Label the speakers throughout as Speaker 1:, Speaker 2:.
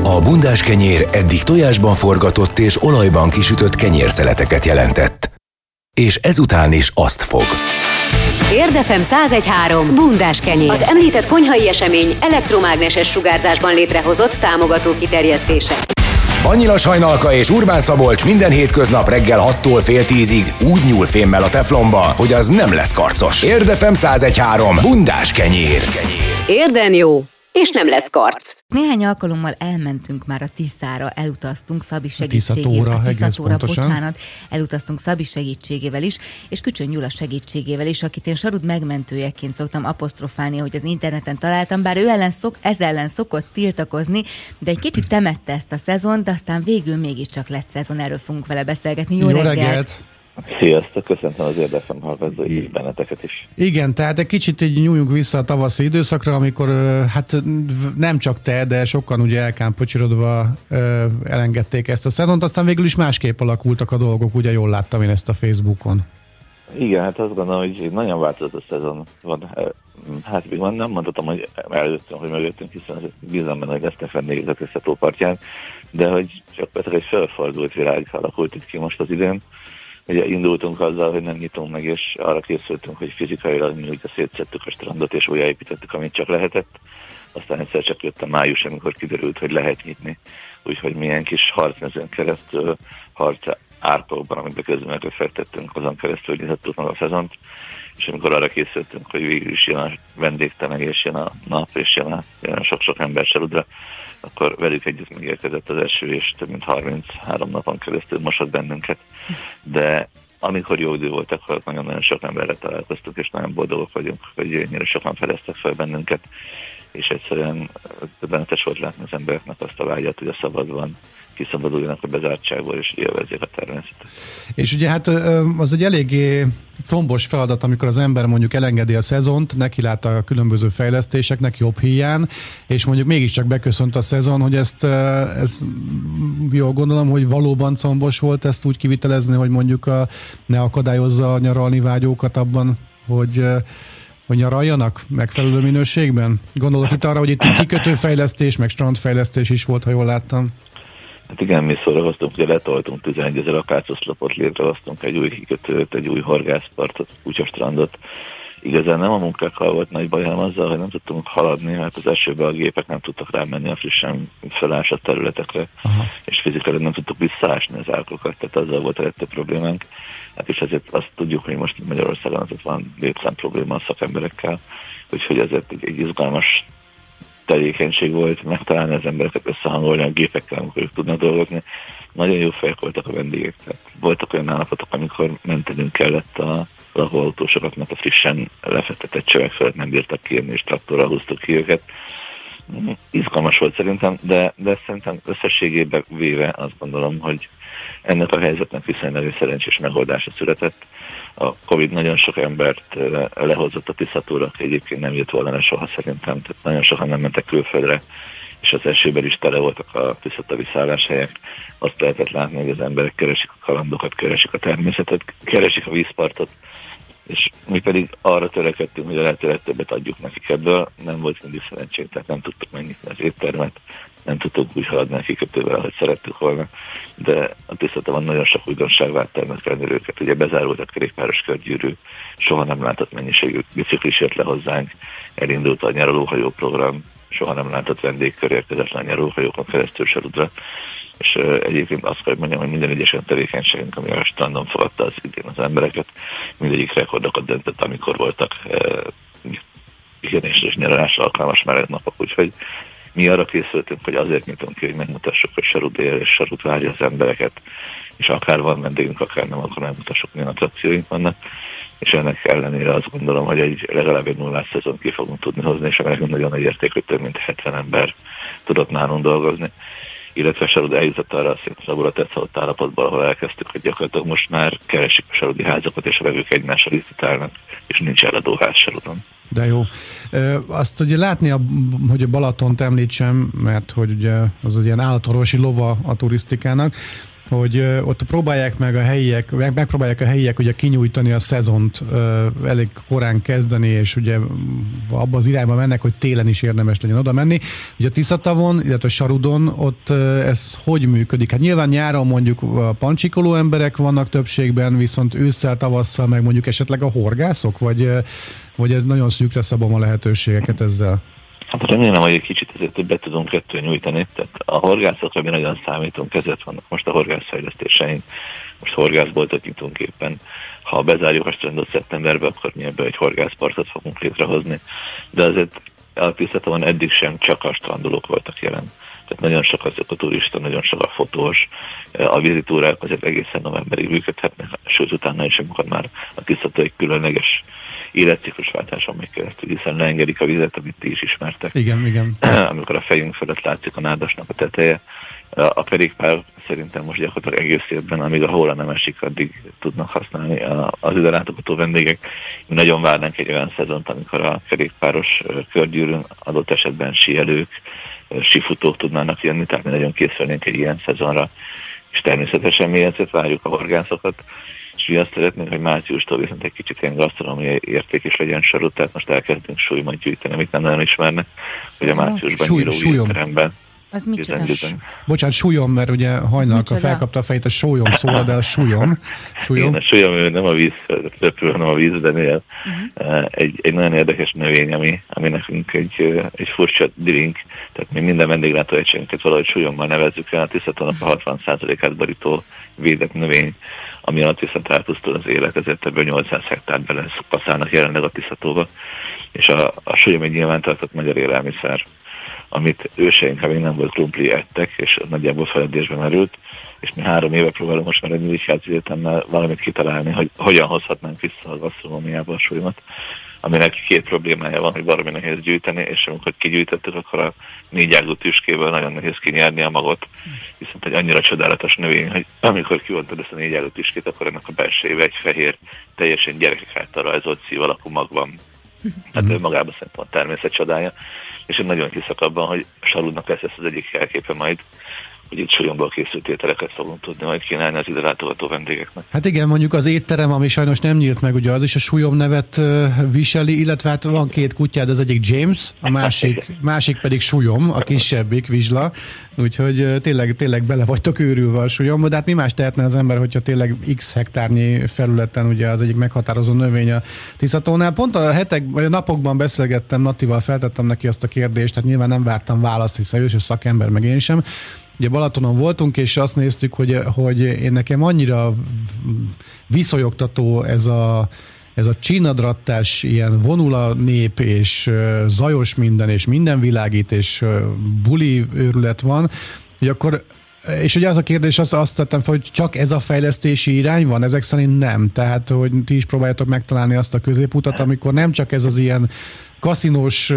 Speaker 1: A bundás kenyér eddig tojásban forgatott és olajban kisütött kenyérszeleteket jelentett. És ezután is azt fog.
Speaker 2: Érdefem 101.3 bundás kenyér. Az említett konyhai esemény elektromágneses sugárzásban létrehozott támogató kiterjesztése.
Speaker 1: Annyila Sajnalka és Urbán Szabolcs minden hétköznap reggel 6-tól fél 10-ig úgy nyúl fémmel a teflonba, hogy az nem lesz karcos. Érdefem 101.3 bundás kenyér.
Speaker 2: Érden jó, és nem lesz karc.
Speaker 3: Néhány alkalommal elmentünk már a Tiszára, elutaztunk Szabi segítségével.
Speaker 4: Tiszatóra,
Speaker 3: bocsánat, elutaztunk Szabi segítségével is, és Kücsöny Gyula segítségével is, akit én Sarud megmentőjeként szoktam apostrofálni, hogy az interneten találtam, bár ő ez ellen szokott tiltakozni, de egy kicsit temette ezt a szezon, de aztán végül mégiscsak lett szezon, erről fogunk vele beszélgetni. Jó reggelt!
Speaker 5: Sziasztok, köszöntöm az Érdefem hallgatói benneteket is.
Speaker 4: Igen, tehát egy kicsit így nyúljunk vissza a tavaszi időszakra, amikor hát nem csak te, de sokan ugye elkámpocsirodva elengedték ezt a szezont, aztán végül is másképp alakultak a dolgok, ugye jól láttam én ezt a Facebookon.
Speaker 5: Igen, hát azt gondolom, hogy nagyon változott a szezon van. Hát még van, nem mondhatom, hogy előttünk, hogy mögöttünk, hiszen bízom benne, hogy lesznek vendégek a Tisztatópartján, de hogy csak egy felfordult világ alakult itt ki most az idén. Ugye indultunk azzal, hogy nem nyitunk meg, és arra készültünk, hogy fizikailag mi ugye szétszettük a strandot, és újjáépítettük, amit csak lehetett. Aztán egyszer csak jött a május, amikor kiderült, hogy lehet nyitni. Úgyhogy milyen kis harcmezőn keresztül, harc ártókban, amit közben fektettünk, azon keresztül nyitottuk meg a szezont. És amikor arra készültünk, hogy végül is jön a vendégtelengés, jön a nap, és jön sok-sok ember Sarudra, akkor velük együtt megérkezett az eső, és több mint 33 napon keresztül mosott bennünket. De amikor jó idő volt, akkor nagyon-nagyon sok emberre találkoztunk, és nagyon boldogok vagyunk, hogy ennyire sokan fedeztek fel bennünket, és egyszerűen döbbenetes volt látni az embereknek azt a vágyat, hogy a szabadban kiszabaduljanak a bezártságból, és élvezzék a természetet.
Speaker 4: És ugye hát az egy eléggé combos feladat, amikor az ember mondjuk elengedi a szezont, neki lát a különböző fejlesztéseknek jobb hiány, és mondjuk mégiscsak beköszönt a szezon, hogy ezt jól gondolom, hogy valóban combos volt ezt úgy kivitelezni, hogy mondjuk ne akadályozza a nyaralni vágyókat abban, hogy nyaraljanak megfelelő minőségben? Gondolok itt arra, hogy itt kikötőfejlesztés, meg strandfejlesztés is volt, ha jól láttam.
Speaker 5: Hát igen, mi szórakoztunk, ugye letoltunk 11 000 akácoszlopot, létrehoztunk egy új kikötőt, egy új horgászpartot, kutyastrandot. Igazán nem a munkákkal volt nagy baj, hanem azzal, hogy nem tudtunk haladni, mert az esőben a gépek nem tudtak rámenni a frissen felásott területekre, és fizikailag nem tudtuk visszaásni az árkokat, tehát azzal volt a legtöbb problémánk. Hát és ezért azt tudjuk, hogy most Magyarországon azért van létszám probléma a szakemberekkel, úgyhogy ezért egy izgalmas tevékenység volt megtalálni az embereket, összehangolni a gépekkel, amikor ők tudnak dolgozni. Nagyon jó fejek voltak a vendégek. Tehát voltak olyan állapotok, amikor mentenünk kellett a lakóautósokat, mert a frissen lefektetett csövek felett nem bírtak kijönni, és traktorral húztuk ki őket. Izgalmas volt szerintem, de szerintem összességében véve azt gondolom, hogy ennek a helyzetnek viszonylag szerencsés megoldása született. A Covid nagyon sok embert lehozott a Tiszatóra, aki egyébként nem jött volna soha szerintem, tehát nagyon sokan nem mentek külföldre, és az esőben is tele voltak a tiszatavi szálláshelyek. Azt lehetett látni, hogy az emberek keresik a kalandokat, keresik a természetet, keresik a vízpartot, és mi pedig arra törekedtünk, hogy a lehető legtöbbet adjuk nekik ebből. Nem volt mindig szerencsét, tehát nem tudtuk megnyitni az éttermet, nem tudtuk úgy haladni a kikötővel, ahogy szerettük volna, de a Tiszatában nagyon sok újdonság várt el őket. Ugye bezárult a kerékpáros körgyűrű, soha nem látott mennyiségű biciklis jött le hozzánk, elindult a nyaralóhajó program, soha nem látott vendégkör érkezett le a nyaralóhajókon keresztül Sarudra, és egyébként azt kell mondjam, hogy minden egyes tevékenységünk, ami a strandon fogadta az idén az embereket, mindegyik rekordokat döntött, amikor voltak pihenésre és nyaralásra alkalmas meleg napok, úgyhogy mi arra készültünk, hogy azért nyitunk ki, hogy megmutassuk, hogy Sarud él és Sarud várja az embereket, és akár van vendégünk, akár nem, akkor megmutassuk, milyen attrakcióink vannak, és ennek ellenére azt gondolom, hogy legalább egy nullás szezont ki fogunk tudni hozni, és ennek nagyon nagy érték, hogy több mint 70 ember tudott nálunk dolgozni, illetve Sarud eljutott arra a szintén tetszett állapotban, ahol elkezdtük, hogy gyakorlatilag most már keresik a sarudi házakat, és a vevők egymással licitálnak, és nincs eladóház Sarudon.
Speaker 4: De jó. Azt ugye látni, hogy a Balatont említsem, mert hogy ugye az egy ilyen állatorvosi lova a turisztikának. ott próbálják meg megpróbálják a helyiek ugye kinyújtani a szezont, elég korán kezdeni, és ugye abba az irányba mennek, hogy télen is érdemes legyen oda menni. Ugye a Tiszatavon, illetve a Sarudon ott ez hogy működik? Hát nyilván nyáron mondjuk a pancsikoló emberek vannak többségben, viszont ősszel, tavasszal meg mondjuk esetleg a horgászok, vagy ez nagyon szűkre szabom a lehetőségeket ezzel?
Speaker 5: Hát remélem, hogy egy kicsit ezért többet tudunk ettől nyújtani. Tehát a horgászokra mi nagyon számítunk, ezért vannak most a horgászfejlesztéseink. Most horgászboltot nyitunk éppen. Ha bezárjuk a strandot szeptemberbe, akkor mi ebből egy horgászpartot fogunk létrehozni. De azért a Tiszatavon eddig sem csak a strandolók voltak jelen. Tehát nagyon sok azok a turista, nagyon sok a fotós, a vizitúrák azért egészen novemberig működhetnek, sőt utána is, amikor már a Tiszató egy különleges életciklusváltáson megy keresztül, hiszen leengedik a vizet, amit ti is ismertek.
Speaker 4: Igen.
Speaker 5: Amikor a fejünk fölött látszik a nádasnak a teteje. A kerékpár szerintem most gyakorlatilag egész évben, amíg a hóla nem esik, addig tudnak használni az ide látogató vendégek. Mi nagyon várnánk egy olyan szezont, amikor a kerékpáros körgyűrűn adott esetben síelők, sífutók tudnának jönni, tehát mi nagyon készülnénk egy ilyen szezonra, és természetesen mi ezért várjuk a horgászokat, és mi azt szeretnénk, hogy márciustól viszont egy kicsit ilyen gasztronómiai érték is legyen Sarut, tehát most elkezdünk súlymat gyűjteni, amit nem nagyon ismernek, hogy a márciusban nyíló étteremben.
Speaker 3: Az micsoda?
Speaker 4: Bocsánat, súlyom, mert ugye hajnalka felkapta a fejét a sólyom szóra, de a súlyom.
Speaker 5: Igen, a súlyom nem a víz repül, hanem a vízben él. Egy nagyon érdekes növény, ami nekünk egy furcsa drink, tehát mi minden vendéglátóegységünket valahogy súlyommal nevezzük el, a Tiszatónak a 60%-át borító védett növény, ami alatt viszont elpusztul az élet, ezért ebből 800 hektárt bele passzálnak jelenleg a Tiszatóba, és a súlyom egy nyilvántartott magyar élelmiszer, amit őseink, ha még nem volt krumpli, ettek, és nagyjából feledésbe merült, és mi 3 éve próbálunk most már egy Nyíregyházi Egyetemmel valamit kitalálni, hogy hogyan hozhatnánk vissza a gasztronómiába a súlyomat, aminek 2 problémája van, hogy baromi nehéz gyűjteni, és amikor kigyűjtettük, akkor a 4 ágú tüskéből nagyon nehéz kinyerni a magot, viszont egy annyira csodálatos növény, hogy amikor kivontad ezt a 4 ágú tüskét, akkor ennek a belsejébe egy fehér, teljesen gyerekek által rajzolt szív alakú mag van. Tehát ő magában szerintem a természet csodája, és én nagyon hiszek abban, hogy Sarudnak lesz az egyik jelképe majd, hogy itt súlyomból készült ételeket fogunk tudni majd kínálni az ide látogató vendégeknek.
Speaker 4: Hát igen, mondjuk az étterem, ami sajnos nem nyílt meg, ugye az is a súlyom nevet viseli, illetve hát van 2 kutyád, az egyik James, a másik pedig súlyom, a kisebbik Vizsla, úgyhogy tényleg bele vagytok őrülve a súlyomba, de hát mi más tehetne az ember, hogyha tényleg x hektárnyi felületen ugye az egyik meghatározó növény a Tiszatónál. Pont a napokban beszélgettem Natival, feltettem neki azt a kérdést, tehát nyilván nem vártam választ, hiszen ő is szakember, meg én sem. Ugye Balatonon voltunk, és azt néztük, hogy én nekem annyira viszonyogtató ez a csínadrattás, ilyen vonul a nép, és zajos minden, és minden világít, és buli őrület van, hogy akkor, és ugye az a kérdés, azt tettem fel, hogy csak ez a fejlesztési irány van, ezek szerint nem. Tehát, hogy ti is próbáljátok megtalálni azt a középutat, amikor nem csak ez az ilyen kaszinós,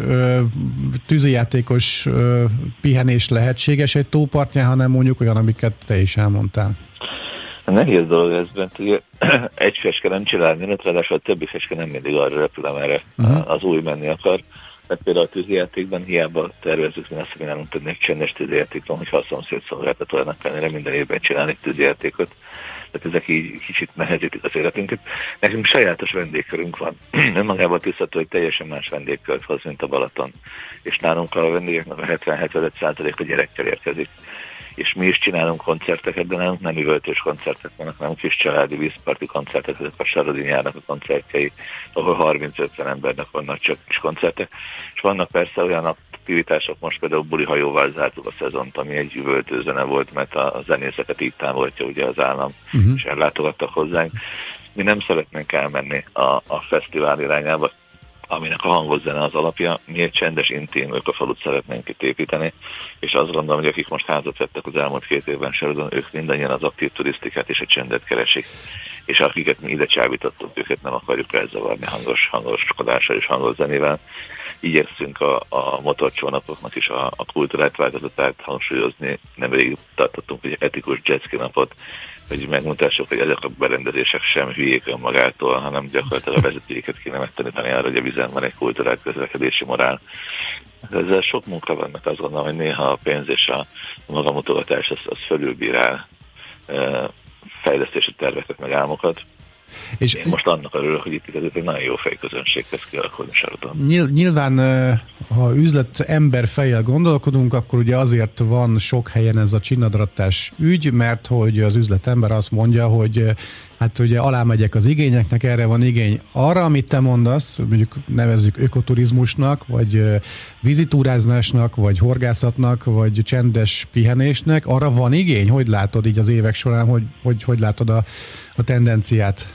Speaker 4: tűzijátékos pihenés lehetséges egy tópartján, hanem mondjuk olyan, amiket te is elmondtál.
Speaker 5: Nehéz dolog ez, mert ugye egy feske nem csinálni, ráadásul a többi feske nem mindig arra repül, amerre az új menni akar. Mert például a tűzijátékban hiába tervezzük, mi azt, hogy nálunk tudnék csendes tűzijátékon, hogyha a szomszéd szolgáltatójának kellene minden évben csinálni tűzijátékot. Tehát ezek így kicsit nehezítik az életünket. Nekünk sajátos vendégkörünk van. Önmagában Tiszató egy teljesen más vendégkört hoz, mint a Balaton. És nálunk a vendégeknek a 70-75% a gyerekkel érkezik. És mi is csinálunk koncerteket, de nálunk nem üvöltős koncertek vannak, nem kis családi vízparti koncertek, ezek a Sarodi nyárnak a koncertjei, ahol 30-50 embernek vannak csak kis koncertek. És vannak persze olyan aktivitások, most például bulihajóval zártuk a szezont, ami egy üvöltő zene volt, mert a zenészeket így támogatja ugye az állam, és ellátogattak hozzánk. Mi nem szeretnénk elmenni a fesztivál irányába, aminek a hangos zene az alapja, mi egy csendes, intim ökofalut szeretnénk itt építeni, és azt gondolom, hogy akik most házat vettek az elmúlt 2 évben Sarodon, ők mindannyian az aktív turisztikát és a csendet keresik, és akiket mi ide csábítottunk, őket nem akarjuk elzavarni hangoskodással és hangos zenével. Igyekszünk a motorcsónakoknak is a kultúrát, változatát hangsúlyozni, nemrég tartottunk egy etikus jetski napot, hogy megmutassuk, hogy ezek a berendezések sem hülyék önmagától, hanem gyakorlatilag a vezetőiket kéne megtanítani arra, hogy a vizen van egy kultúrát közlekedési morál. Ezzel sok munka van, mert azt gondolom, hogy néha a pénz és a magamutogatás az fölülbírál fejlesztési terveket, meg álmokat.
Speaker 4: És
Speaker 5: én most annak örülök, hogy itt egy nagyon jó fejközönség kezd kialakulni Sarodon.
Speaker 4: Nyilván, ha üzlet ember fejjel gondolkodunk, akkor ugye azért van sok helyen ez a csinnadrattás ügy, mert hogy az üzletember azt mondja, hogy hát ugye alámegyek az igényeknek, erre van igény. Arra, amit te mondasz, mondjuk nevezzük ökoturizmusnak, vagy vízitúrázásnak, vagy horgászatnak, vagy csendes pihenésnek, arra van igény? Hogy látod így az évek során, hogy látod a tendenciát?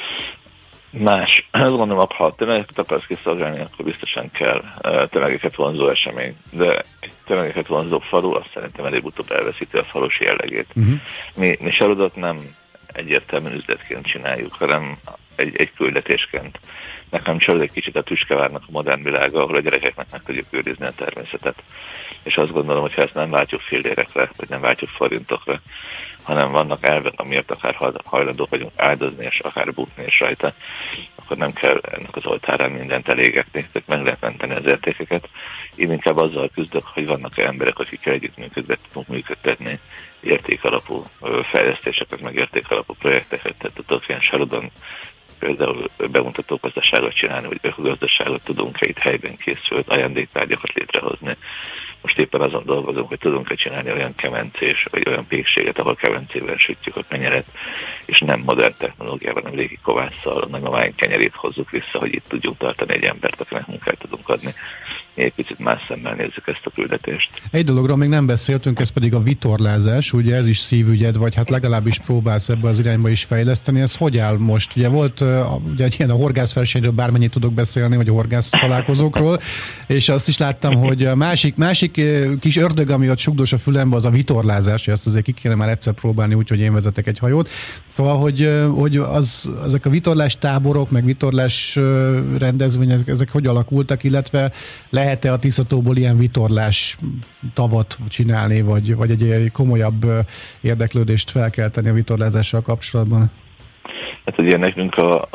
Speaker 5: Más. Azt mondom, ha tömegeket akarsz kiszolgálni, akkor biztosan kell tömegeket vonzó esemény. De egy tömegeket vonzó falu azt szerintem előbb-utóbb elveszíti a falusi jellegét. Mi Sarodot nem egyértelműen üzletként csináljuk, hanem egy küldetésként. Nekem Sarod egy kicsit a Tüskevárnak a modern világa, ahol a gyerekeknek meg tudjuk őrizni a természetet. És azt gondolom, hogy ha ezt nem váltjuk fillérekre, vagy nem váltjuk forintokra, hanem vannak elvek, amiért akár hajlandók vagyunk áldozni, és akár bukni is rajta, akkor nem kell ennek az oltárán mindent elégetni, tehát meg lehet menteni az értékeket. Én inkább azzal küzdök, hogy vannak emberek, akikkel együttműködve tudunk működtetni értékalapú fejlesztéseket, meg értékalapú projekteket, tehát tudok ilyen Sarodon például bemutató gazdaságot csinálni, vagy ökogazdaságot tudunk-e itt helyben készült ajándéktárgyakat létrehozni. Most éppen azon dolgozunk, hogy tudunk-e csinálni olyan kemencés, vagy olyan pékséget, ahol kemencében sütjük a kenyeret, és nem modern technológiában, hanem régi kovásszal a nagymamáink kenyerét hozzuk vissza, hogy itt tudjunk tartani egy embert, akinek munkát tudunk adni. Mi egy picit más szemmel nézzük ezt a küldetést. Egy
Speaker 4: dologról még nem beszéltünk, ez pedig a vitorlázás, ugye ez is szívügyed, vagy hát legalábbis próbálsz ebbe az irányba is fejleszteni. Ez hogy áll most? Ugye volt ugye ilyen a horgászversenyről bármennyit tudok beszélni, vagy a horgász találkozókról, és azt is láttam, hogy a másik kis ördög, ami ott sugdos a fülembe, az a vitorlázás, hogy ezt azért ki kéne már egyszer próbálni, úgyhogy én vezetek egy hajót. Szóval, hogy ezek a vitorlás táborok, meg vitorlás rendezvények, ezek hogy alakultak, illetve lehet-e a Tiszatóból ilyen vitorlás tavat csinálni, vagy egy komolyabb érdeklődést felkelteni a vitorlázással kapcsolatban?
Speaker 5: Hát ugye nekünk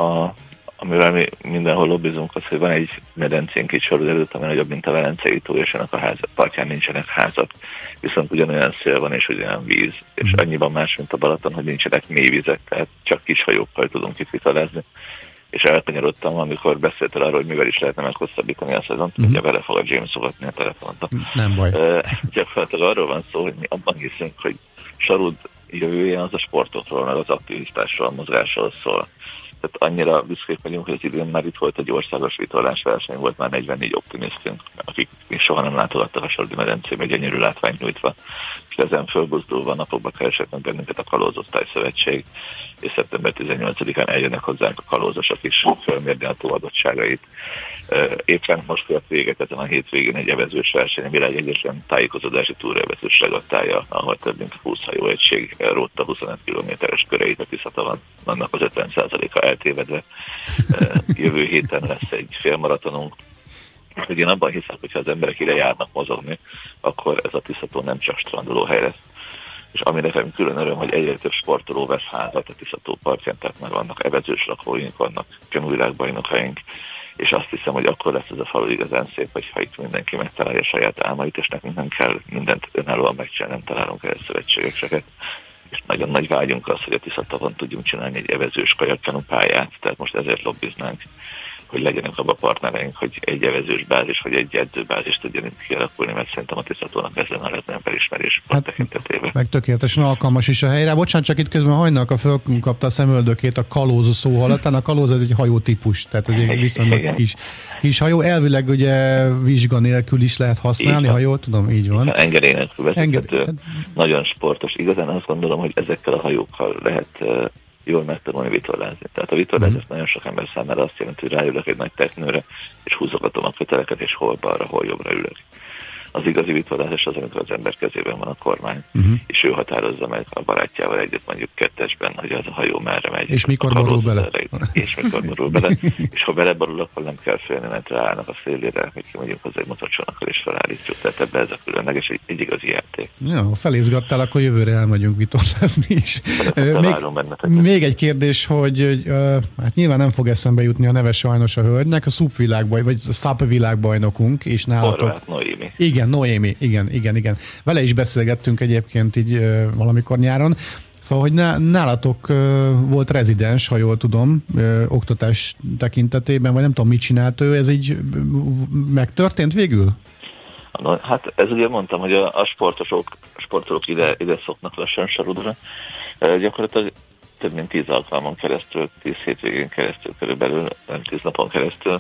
Speaker 5: amivel mi mindenhol lobbizunk, az, hogy van egy medencénk itt Sarod előtt, ami nagyobb, mint a Velencei tó, és ennek a partján nincsenek házak. Viszont ugyanolyan szél van, és ugyanolyan víz, és annyiban más, mint a Balaton, hogy nincsenek mély vizek, tehát csak kis hajókkal tudunk itt vitorlázni. És elkanyarodtam, amikor beszéltél arról, hogy mivel is lehetne meghosszabbítani a szezont, ugye vele fog a James szogatni a telefonot.
Speaker 4: Nem baj.
Speaker 5: Gyakorlatilag arról van szó, hogy mi abban hiszünk, hogy Sarod jövője az a sportokról, meg az aktivitásról, a mozgásról szól. Tehát annyira büszkék vagyunk, hogy az idén már itt volt egy országos vitorlás verseny, volt már 44 optimisztünk, akik még soha nem látogattak a Sarodi medencébe, egy gyönyörű látványt nyújtva, és ezen fölbuzdulva napokba keresett meg bennünket a Kalózosztály Szövetség, és szeptember 18-án eljönnek hozzánk a kalózosok is fölmérni a tó adottságait. Éppen most fért véget ezen a hétvégén egy evezős verseny, a világegyetlen tájékozódási túraevezős regattája, ahol több mint 20 hajóegység rótta 25 kilométeres köreit a Tiszatavon, annak az 50%-a eltévedve. Jövő héten lesz egy félmaratonunk. Hogy én abban hiszem, hogyha az emberek ide járnak mozogni, akkor ez a Tiszató nem csak strandolóhely lesz. És ami nekem külön öröm, hogy egyre több sportoló vesz házat a Tiszató partján, tehát már vannak evezős lakóink, vannak kenúvilágbajnokaink, és azt hiszem, hogy akkor lesz ez a falu igazán szép, hogyha itt mindenki megtalálja saját álmait, és nekünk nem kell mindent önállóan megcsinálni, nem találunk el szövetségeket. És nagyon nagy vágyunk az, hogy a Tiszatavon tudjunk csinálni egy evezős kajakkenu pályát, tehát most ezért lobbiznánk, hogy legyenek abban a partnereink, hogy egy evezős bázis, vagy egy edzőbázis tudjon itt kialakulni, mert szerintem a Tiszatónak ezen a legnagyobb felismerés tekintetében.
Speaker 4: Meg tökéletesen alkalmas is a helyre. Bocsánat, csak itt közben a Hajnalka fölkapta a szemöldökét a kalóz szó alatt. A kalóz ez egy hajótípus, tehát ugye viszonylag kis hajó. Elvileg ugye vizsga nélkül is lehet használni, ha jól tudom, így van.
Speaker 5: Engedély nélkül vezethető, nagyon sportos. Igazán azt gondolom, hogy ezekkel a hajókkal lehet jól megtanulni vitorlázni. Tehát a vitorlázás nagyon sok ember számára azt jelenti, hogy ráülök egy nagy teknőre, és húzogatom a köteleket, és hol balra, hol jobbra ülök. Az igazi vitorlázás az, amikor az ember kezében van a kormány, és ő határozza meg a barátjával együtt, mondjuk kettesben, hogy az a hajó merre megy.
Speaker 4: És mikor borul bele.
Speaker 5: És mikor borul bele. És ha beleborul, akkor nem kell félni, mert ráállnak a szélére, hogy kimegyünk hozzá egy motorcsónakkal, és felállítjuk. Tehát ebbe ez a különleges, egy igazi játék.
Speaker 4: Ja, felizgattál, akkor jövőre elmegyünk vitorlázni is. Még egy kérdés, hogy hát nyilván nem fog eszembe jutni a neve sajnos a hölgynek, a SUP világbajnok, vagy a SUP világbajnokunk, és nálatok.
Speaker 5: Noémi.
Speaker 4: Igen, Noémi, igen. Vele is beszélgettünk egyébként így valamikor nyáron. Szóval, hogy nálatok volt rezidens, ha jól tudom, oktatás tekintetében, vagy nem tudom, mit csinált ő, ez így megtörtént végül?
Speaker 5: No, hát ez ugye mondtam, hogy a sportolók ide szoknak lassan Sarudra. Gyakorlatilag több mint 10 alkalmon keresztül, 10 hétvégén keresztül, körülbelül nem 10 napon keresztül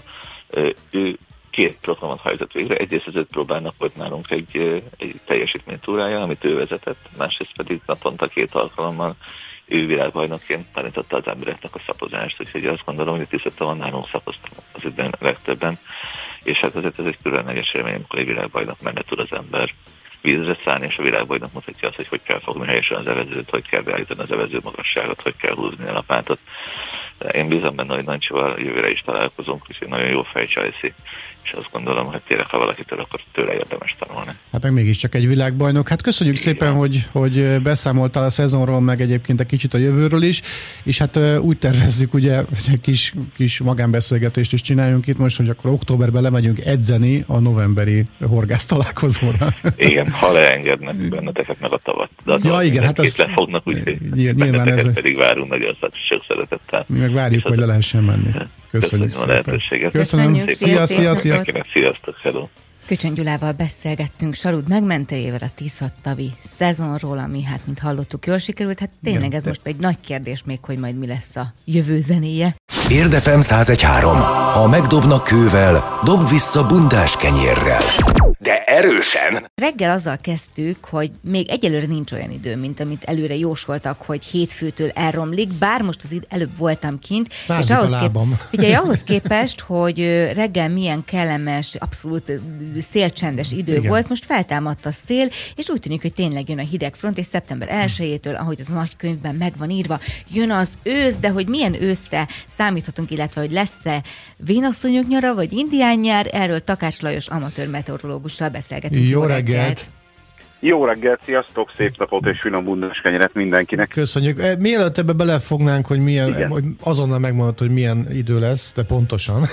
Speaker 5: ő 2 programot hajtott végre. Egyrészt az 5 próbának volt nálunk egy teljesítménytúrája, amit ő vezetett, másrészt pedig naponta 2 alkalommal ő világbajnokként tanította az embereknek a szapozást, úgyhogy azt gondolom, hogy 10 van nálunk szapoztam az időben legtöbben, és hát azért ez egy különleges élmény, amikor egy világbajnok mellett tud az ember vízre szállni, és a világbajnok mutatja azt, hogy kell fogni helyesen az evezőt, hogy kell beállítani az evező magasságot, hogy kell húzni a lapátot. De én bízom benne, hogy Nancsival jövőre is találkozunk, úgyhogy nagyon jó fejcsajszi, és azt gondolom, hogy tényleg, ha valakitől, akkor tőle érdemes tanulni. Hát
Speaker 4: meg mégiscsak egy világbajnok. Hát köszönjük szépen, hogy beszámoltál a szezonról, meg egyébként egy kicsit a jövőről is, és hát úgy tervezzük, ugye kis magánbeszélgetést is csináljunk itt most, hogy akkor októberben lemegyünk edzeni a novemberi horgász találkozóra.
Speaker 5: Igen, ha leengednek benneteket meg a tavat. De
Speaker 4: ja, igen, hát
Speaker 5: az lefognak, úgyhogy benneteket pedig várunk nagyon sok szeretettel.
Speaker 4: Mi meg várjuk, hogy le lehessen menni. Köszönjük
Speaker 5: a lehetőséget.
Speaker 4: Köszönöm. Szia.
Speaker 5: Sziasztok, hello.
Speaker 3: Köcsöny Gyulával beszélgettünk Sarud megmentőjével a 10-6 tavi szezonról, ami hát, mint hallottuk, jól sikerült. Hát tényleg igen, ez most egy nagy kérdés még, hogy majd mi lesz a jövő zenéje.
Speaker 1: Érdefem 101.3. Ha megdobnak kővel, dob vissza bundás kenyérrel. De erősen!
Speaker 3: Reggel azzal kezdtük, hogy még egyelőre nincs olyan idő, mint amit előre jósoltak, hogy hétfőtől elromlik, bár most előbb voltam kint.
Speaker 4: Lázik és
Speaker 3: ahhoz képest, hogy reggel milyen kellemes, abszolút szélcsendes idő igen. volt, most feltámadt a szél, és úgy tűnik, hogy tényleg jön a hideg front, és szeptember 1-től, ahogy az a nagy könyvben meg van írva, jön az ősz, de hogy milyen őszre számíthatunk, illetve hogy lesz-e vénasszonyok nyara, vagy indián nyár, erről Takács Lajos amatőr meteorológussal beszélgetünk.
Speaker 4: Jó reggelt!
Speaker 6: Jó reggelt, sziasztok, szép napot és finom bundás kenyeret mindenkinek.
Speaker 4: Köszönjük. Mielőtt ebbe belefognánk, hogy milyen, hogy azonnal megmondod, hogy milyen idő lesz, de pontosan.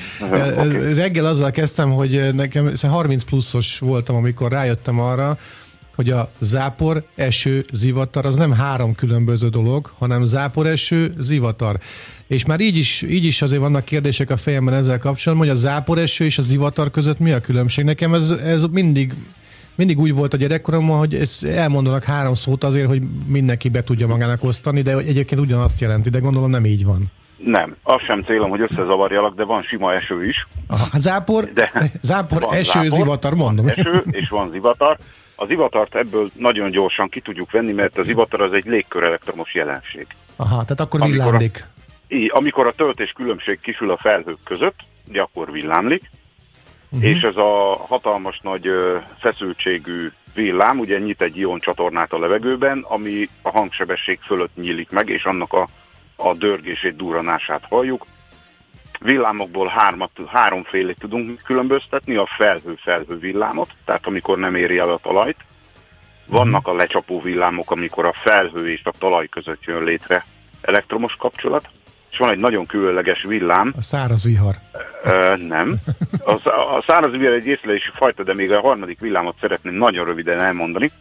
Speaker 4: Okay. Reggel azzal kezdtem, hogy nekem 30 pluszos voltam, amikor rájöttem arra, hogy a zápor, eső, zivatar az nem 3 különböző dolog, hanem zápor, eső, zivatar. És már így is azért vannak kérdések a fejemben ezzel kapcsolatban, hogy a zápor, eső és a zivatar között mi a különbség. Nekem ez mindig úgy volt a gyerekkoromban, hogy elmondanak 3 szót azért, hogy mindenki be tudja magának osztani, de egyébként ugyanazt jelenti, de gondolom nem így van.
Speaker 6: Nem, az sem célom, hogy összezavarjalak, de van sima eső is.
Speaker 4: Aha, zápor, eső, zivatar, mondom.
Speaker 6: Eső és van zivatar. A zivatart ebből nagyon gyorsan ki tudjuk venni, mert a zivatar az egy légkörelektromos jelenség.
Speaker 4: Aha, tehát akkor villámlik.
Speaker 6: Amikor a töltés különbség kisül a felhők között, ugye akkor villámlik, és ez a hatalmas nagy feszültségű villám, ugye nyit egy ioncsatornát a levegőben, ami a hangsebesség fölött nyílik meg, és annak a dörgését, durranását halljuk. Villámokból 3-félét tudunk különböztetni, a felhő villámot, tehát amikor nem éri el a talajt. Vannak a lecsapó villámok, amikor a felhő és a talaj között jön létre elektromos kapcsolat, és van egy nagyon különleges villám.
Speaker 4: A száraz vihar.
Speaker 6: Nem. A száraz vihar egy észlelési fajta, de még a harmadik villámot szeretném nagyon röviden elmondani.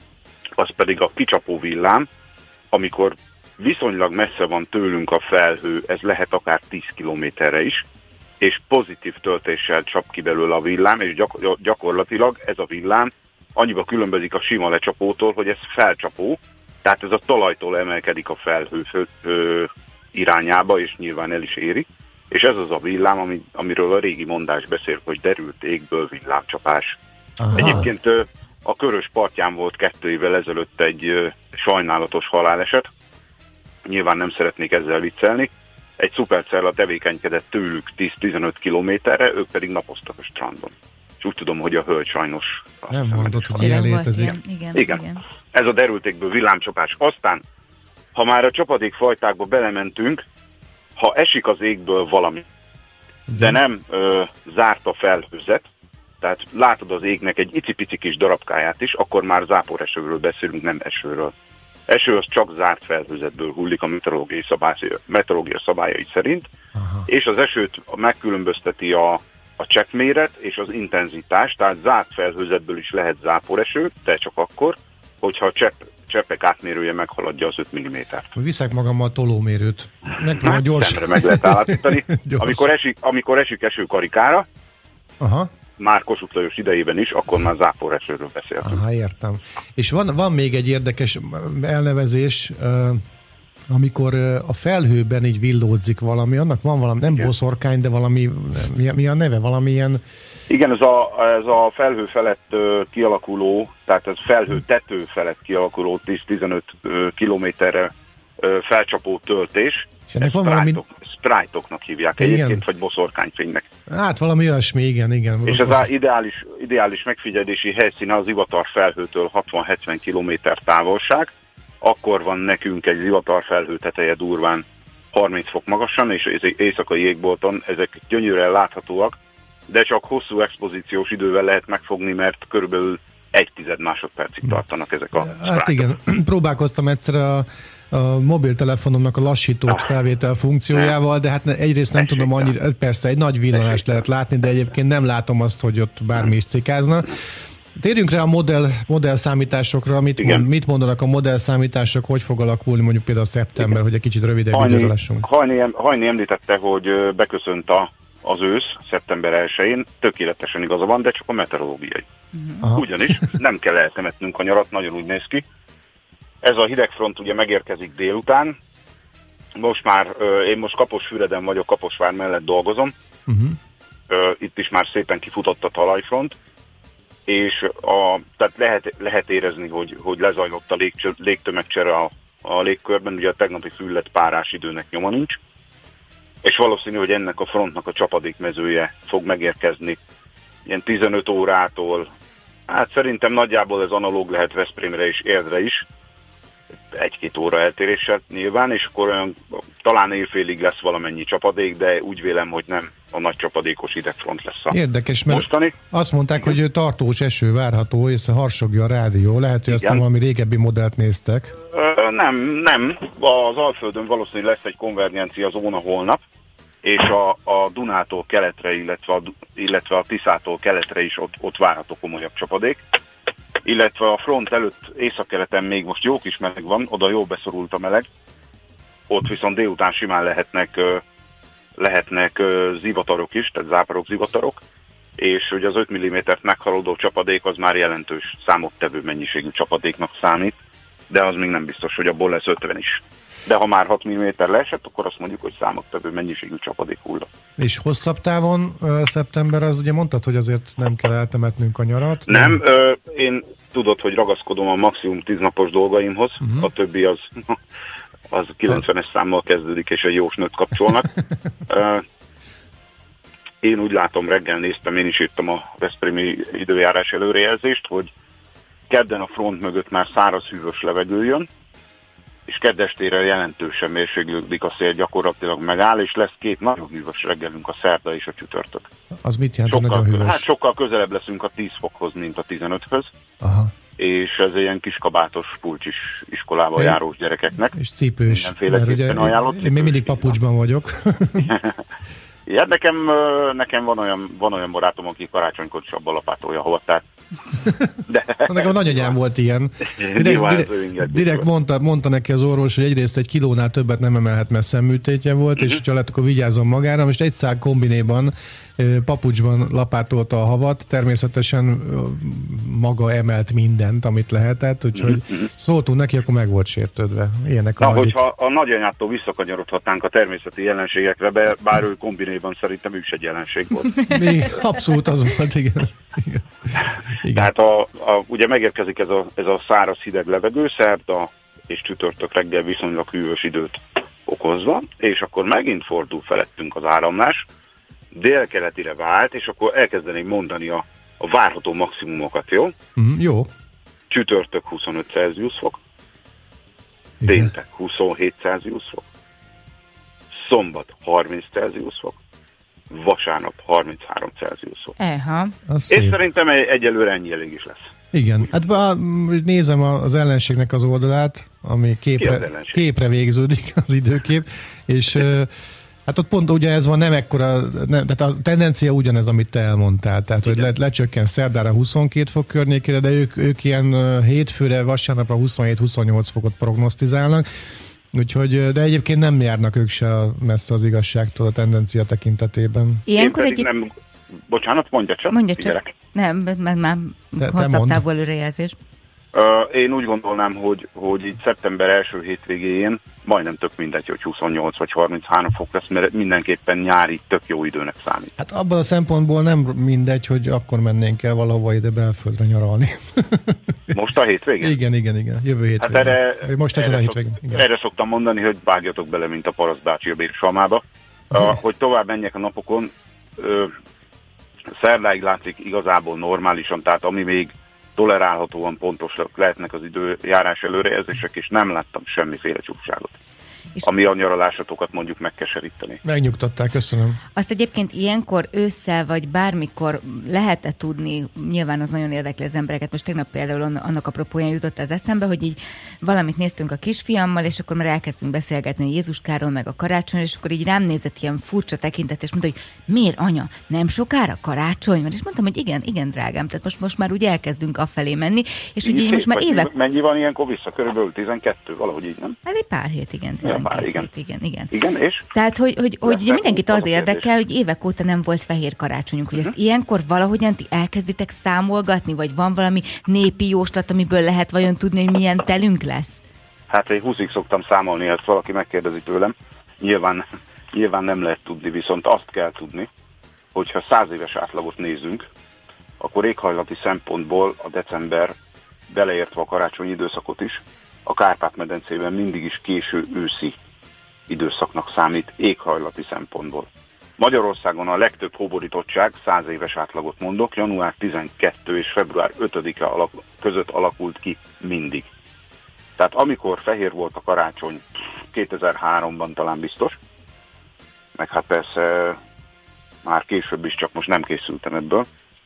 Speaker 6: Az pedig a kicsapó villám, amikor viszonylag messze van tőlünk a felhő, ez lehet akár 10 kilométerre is, és pozitív töltéssel csap ki belőle a villám, és gyakorlatilag ez a villám annyiba különbözik a sima lecsapótól, hogy ez felcsapó, tehát ez a talajtól emelkedik a felhő irányába, és nyilván el is éri, és ez az a villám, amiről a régi mondás beszél, hogy derült égből villámcsapás. Aha. Egyébként a Körös partján volt 2 évvel ezelőtt egy sajnálatos haláleset, nyilván nem szeretnék ezzel viccelni, egy szupercella tevékenykedett tőlük 10-15 kilométerre, ők pedig napoztak a strandon. És úgy tudom, hogy a hölgy sajnos...
Speaker 4: Nem mondod, hogy ilyen létezik.
Speaker 6: Igen. Ez a derültékből villámcsapás. Aztán, ha már a csapadékfajtákba belementünk, ha esik az égből valami, de nem zárt a felhőzet, tehát látod az égnek egy icipici kis darabkáját is, akkor már záporesőről beszélünk, nem esőről. Eső az csak zárt felhőzetből hullik a meteorológia szabályai szerint, aha. És az esőt megkülönbözteti a cseppméret és az intenzitás, tehát zárt felhőzetből is lehet záporeső, de csak akkor, hogyha a cseppek átmérője meghaladja az 5 mm-t.
Speaker 4: Viszek magammal tolómérőt. Megpróbálom gyorsan.
Speaker 6: Szemre meg lehet állapítani. Amikor esik eső Karikára,
Speaker 4: aha,
Speaker 6: már Kossuth Lajos idejében is, akkor már záporesőről beszéltünk.
Speaker 4: Aha, értem. És van még egy érdekes elnevezés, amikor a felhőben így villódzik valami, annak van valami, nem boszorkány, de valami, mi a neve, valamilyen...
Speaker 6: Igen, ez a felhő felett kialakuló, tehát ez felhő tető felett kialakuló 10-15 kilométerre felcsapó töltés.
Speaker 4: És ennek van valami...
Speaker 6: Sprite-oknak hívják egyébként, vagy boszorkányfénynek.
Speaker 4: Hát valami olyasmi, igen.
Speaker 6: És ez az ideális megfigyelési helyszíne az Ivatar felhőtől 60-70 kilométer távolság. Akkor van nekünk egy Ivatar felhő teteje durván 30 fok magasan, és éjszakai égbolton ezek gyönyörűen láthatóak, de csak hosszú expozíciós idővel lehet megfogni, mert körülbelül 1,1 másodpercig tartanak ezek a sprite-ok.
Speaker 4: Hát igen, próbálkoztam egyszer a mobiltelefonomnak a lassított felvétel funkciójával, de hát egyrészt nem tudom annyira, persze egy nagy villanást lehet látni, de egyébként nem látom azt, hogy ott bármi is cikázna. Térjünk rá a modell számításokra, mit mondanak a modell számítások, hogy fog alakulni mondjuk például szeptember, hogy egy kicsit rövidebb időre lássunk.
Speaker 6: Hajni említette, hogy beköszönt az ősz szeptember 1-én, tökéletesen igaza van, de csak a meteorológiai. Ugyanis nem kell eltemetnünk a nyarat, nagyon úgy néz ki. Ez a hidegfront ugye megérkezik délután. Én most Kaposfüreden vagyok, Kaposvár mellett dolgozom. Itt is már szépen kifutott a talajfront. És tehát lehet érezni, hogy lezajlott a légtömegcsere a légkörben, ugye a tegnapi füllet párás időnek nyoma nincs, és valószínű, hogy ennek a frontnak a csapadékmezője fog megérkezni ilyen 15 órától, hát szerintem nagyjából ez analóg lehet Veszprémre és Érdre is, 1-2 óra eltéréssel nyilván, és akkor olyan, talán évfélig lesz valamennyi csapadék, de úgy vélem, hogy nem a nagy csapadékos hidegfront lesz a
Speaker 4: érdekes, mert mostani. Azt mondták,
Speaker 6: igen,
Speaker 4: hogy tartós eső várható, és harsogja a rádió. Lehet, hogy aztán valami régebbi modellt néztek.
Speaker 6: Nem. Az Alföldön valószínűleg lesz egy konvergencia zóna holnap, és a Dunától keletre, illetve a Tiszától keletre is ott várható komolyabb csapadék. Illetve a front előtt északkeleten még most jó kis meleg van, oda jól beszorult a meleg, ott viszont délután simán lehetnek zivatarok is, tehát záporok, zivatarok, és ugye az 5 mm-t meghaladó csapadék az már jelentős számottevő mennyiségű csapadéknak számít, de az még nem biztos, hogy abból lesz 50 is. De ha már 6 mm leesett, akkor azt mondjuk, hogy számottevő mennyiségű csapadék hullott.
Speaker 4: És hosszabb távon szeptember, az ugye mondtad, hogy azért nem kell eltemetnünk a nyarat?
Speaker 6: Nem, én tudod, hogy ragaszkodom a maximum 10 napos dolgaimhoz, a többi az 90-es számmal kezdődik, és egy jósnőt kapcsolnak. Én úgy látom, reggel néztem, én is írtam a veszprémi időjárás előrejelzést, hogy kedden a front mögött már száraz hűvös levegő jön, és kedd estére jelentősen mérséklődik a szél, gyakorlatilag megáll, és lesz 2 nagyon hűvös reggelünk, a szerda és a csütörtök.
Speaker 4: Az mit jelent, nagyon hűvös?
Speaker 6: Hát sokkal közelebb leszünk a 10 fokhoz, mint a 15-höz. Aha. És ez ilyen kiskabátos, pulcsis iskolába járós gyerekeknek.
Speaker 4: És cipős, mert ugye én még mindig papucsban vagyok.
Speaker 6: Ja, nekem van olyan barátom, aki karácsonykor is abba lapátolja hova, tehát...
Speaker 4: De... Nekem a nagyanyám volt ilyen. Direkt mondta neki az orvos, hogy egyrészt 1 kilónál többet nem emelhet, mert szemműtétje volt, és ha lett, akkor vigyázzon magára. Most egy szál kombinéban, papucsban lapátolta a havat, természetesen maga emelt mindent, amit lehetett, úgyhogy szóltunk neki, akkor meg volt sértődve. Ilyenek a
Speaker 6: hogyha a nagyanyától visszakanyarodhatnánk a természeti jelenségekre, bár ő kombinéban szerintem ő is egy jelenség volt.
Speaker 4: Abszolút az volt, igen.
Speaker 6: Tehát ugye megérkezik ez a száraz hideg levegő, szerda és csütörtök reggel viszonylag hűvös időt okozva, és akkor megint fordul felettünk az áramlás, délkeletire vált, és akkor elkezdenénk mondani a várható maximumokat, jó?
Speaker 4: Jó.
Speaker 6: Csütörtök 25 Celsius fok, péntek 27 Celsius fok, szombat 30 Celsius fok, vasárnap 33 Celsius fok. És szerintem egyelőre ennyi elég is lesz.
Speaker 4: Igen, hát nézem az ellenségnek az oldalát, ami képre végződik az időkép, és Hát ott pont ugye ez van, nem ekkora, tehát a tendencia ugyanez, amit te elmondtál, tehát hogy lecsökken szerdára 22 fok környékére, de ők ilyen hétfőre, vasárnapra 27-28 fokot prognosztizálnak, úgyhogy, de egyébként nem járnak ők se messze az igazságtól a tendencia tekintetében.
Speaker 3: Ilyenkor
Speaker 6: nem, bocsánat, mondja csak.
Speaker 3: Mondja csak. Nem, mert már hosszabb távú előrejelzés.
Speaker 6: Én úgy gondolnám, hogy így szeptember első hétvégéjén majdnem tök mindegy, hogy 28 vagy 33 fok lesz, mert mindenképpen nyári tök jó időnek számít.
Speaker 4: Hát abban a szempontból nem mindegy, hogy akkor mennénk el valahova ide belföldre nyaralni.
Speaker 6: Most a hétvégén?
Speaker 4: Igen. Jövő hétvégén.
Speaker 6: Hát
Speaker 4: most ezen a hétvégén.
Speaker 6: Erre szoktam mondani, hogy vágjatok bele, mint a paraszt bácsi a bérsalmába. Hogy tovább menjek a napokon, szerdáig látszik igazából normálisan, tehát ami még tolerálhatóan pontosak lehetnek az időjárás előrejelzések, és nem láttam semmiféle csúfságot, ami a nyaralásatokat mondjuk megkeseríteni.
Speaker 4: Megnyugtatták, köszönöm.
Speaker 3: Azt egyébként ilyenkor ősszel vagy bármikor lehet-e tudni, nyilván az nagyon érdekli az embereket, most tegnap például annak apropóján jutott az eszembe, hogy így valamit néztünk a kisfiammal, és akkor már elkezdtünk beszélgetni a Jézuskáról, meg a karácsonyról, és akkor így rám nézett ilyen furcsa tekintet, és mondta, hogy miért, anya, nem sokára karácsony van? És mondtam, hogy igen, drágám, tehát most már úgy elkezdünk afelé menni, és ugye így most már évek...
Speaker 6: Mennyi van ilyenkor vissza? Körülbelül 12, valahogy így, nem?
Speaker 3: Hát egy pár hét, igen, 12 hét, igen.
Speaker 6: Igen, és?
Speaker 3: Tehát, hogy mindenkit az érdekel, hogy évek óta nem volt fehér karácsonyunk, hogy ezt ilyenkor valahogyan ti elkezditek számolgatni, vagy van valami népi jóslat, amiből lehet vajon tudni, hogy milyen telünk lesz?
Speaker 6: Hát egy 20-ig szoktam számolni, ezt valaki megkérdezi tőlem. Nyilván nem lehet tudni, viszont azt kell tudni, hogyha 100 éves átlagot nézünk, akkor éghajlati szempontból a december, beleértve a karácsonyi időszakot is, a Kárpát-medencében mindig is késő őszi időszaknak számít éghajlati szempontból. Magyarországon a legtöbb hóborítottság, 100 éves átlagot mondok, január 12 és február 5-e között alakult ki mindig. Tehát amikor fehér volt a karácsony, 2003-ban talán biztos, meg hát persze már később is, csak most nem készültem ebből.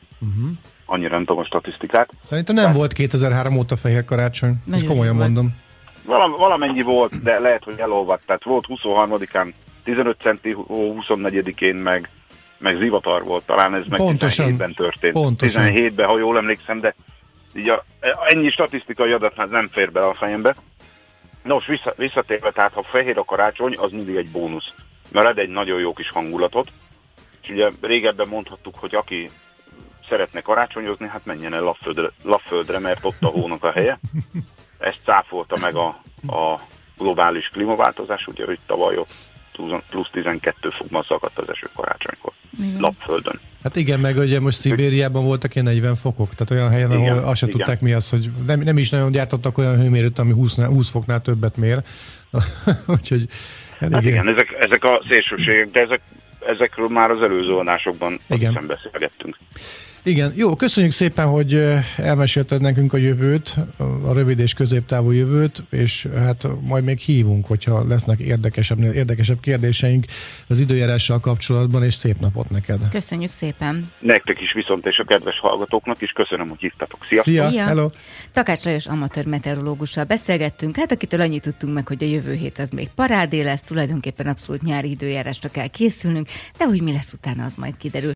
Speaker 6: Annyira nem tudom a statisztikát.
Speaker 4: Szerintem nem volt 2003 óta fehér karácsony, és komolyan mondom.
Speaker 6: Valamennyi volt, de lehet, hogy elolvadt. Tehát volt 23-án 15 centi, 24-én meg zivatar volt, talán ez meg 17-ben történt.
Speaker 4: Pontosan.
Speaker 6: 17-ben, ha jól emlékszem, de így ennyi statisztikai adat nem fér be a fejembe. Nos, visszatérve, tehát ha fehér a karácsony, az mindig egy bónusz, mert ad egy nagyon jó kis hangulatot, és ugye régebben mondhattuk, hogy aki szeretne karácsonyozni, hát menjen el Lapföldre, mert ott a hónak a helye. Ezt cáfolta meg a globális klímaváltozás, ugye, hogy tavaly ott plusz 12 fokban szakadt az eső karácsonykor. Lapföldön.
Speaker 4: Hát igen, meg ugye most Szibériában voltak ilyen 40 fokok, tehát olyan helyen, ahol azt se tudták mi az, hogy nem is nagyon gyártottak olyan hőmérőt, ami 20 foknál többet mér. Úgyhogy
Speaker 6: hát igen, ezek a szélsőségek, de ezekről már az előző adásokban hiszen beszélgettünk.
Speaker 4: Igen, jó, köszönjük szépen, hogy elmesélted nekünk a jövőt, a rövid és középtávú jövőt, és hát majd még hívunk, hogyha lesznek érdekesebb kérdéseink az időjárással kapcsolatban, és szép napot neked.
Speaker 3: Köszönjük szépen.
Speaker 6: Nektek is viszont, és a kedves hallgatóknak is köszönöm, hogy hívtatok. Sziasztok!
Speaker 4: Szia. Hello!
Speaker 3: Takács Lajos amatőr meteorológussal beszélgettünk, hát akitől annyit tudtunk meg, hogy a jövő hét az még parádé lesz, tulajdonképpen abszolút nyári időjárásra kell készülnünk, de hogy mi lesz utána, az majd kiderül.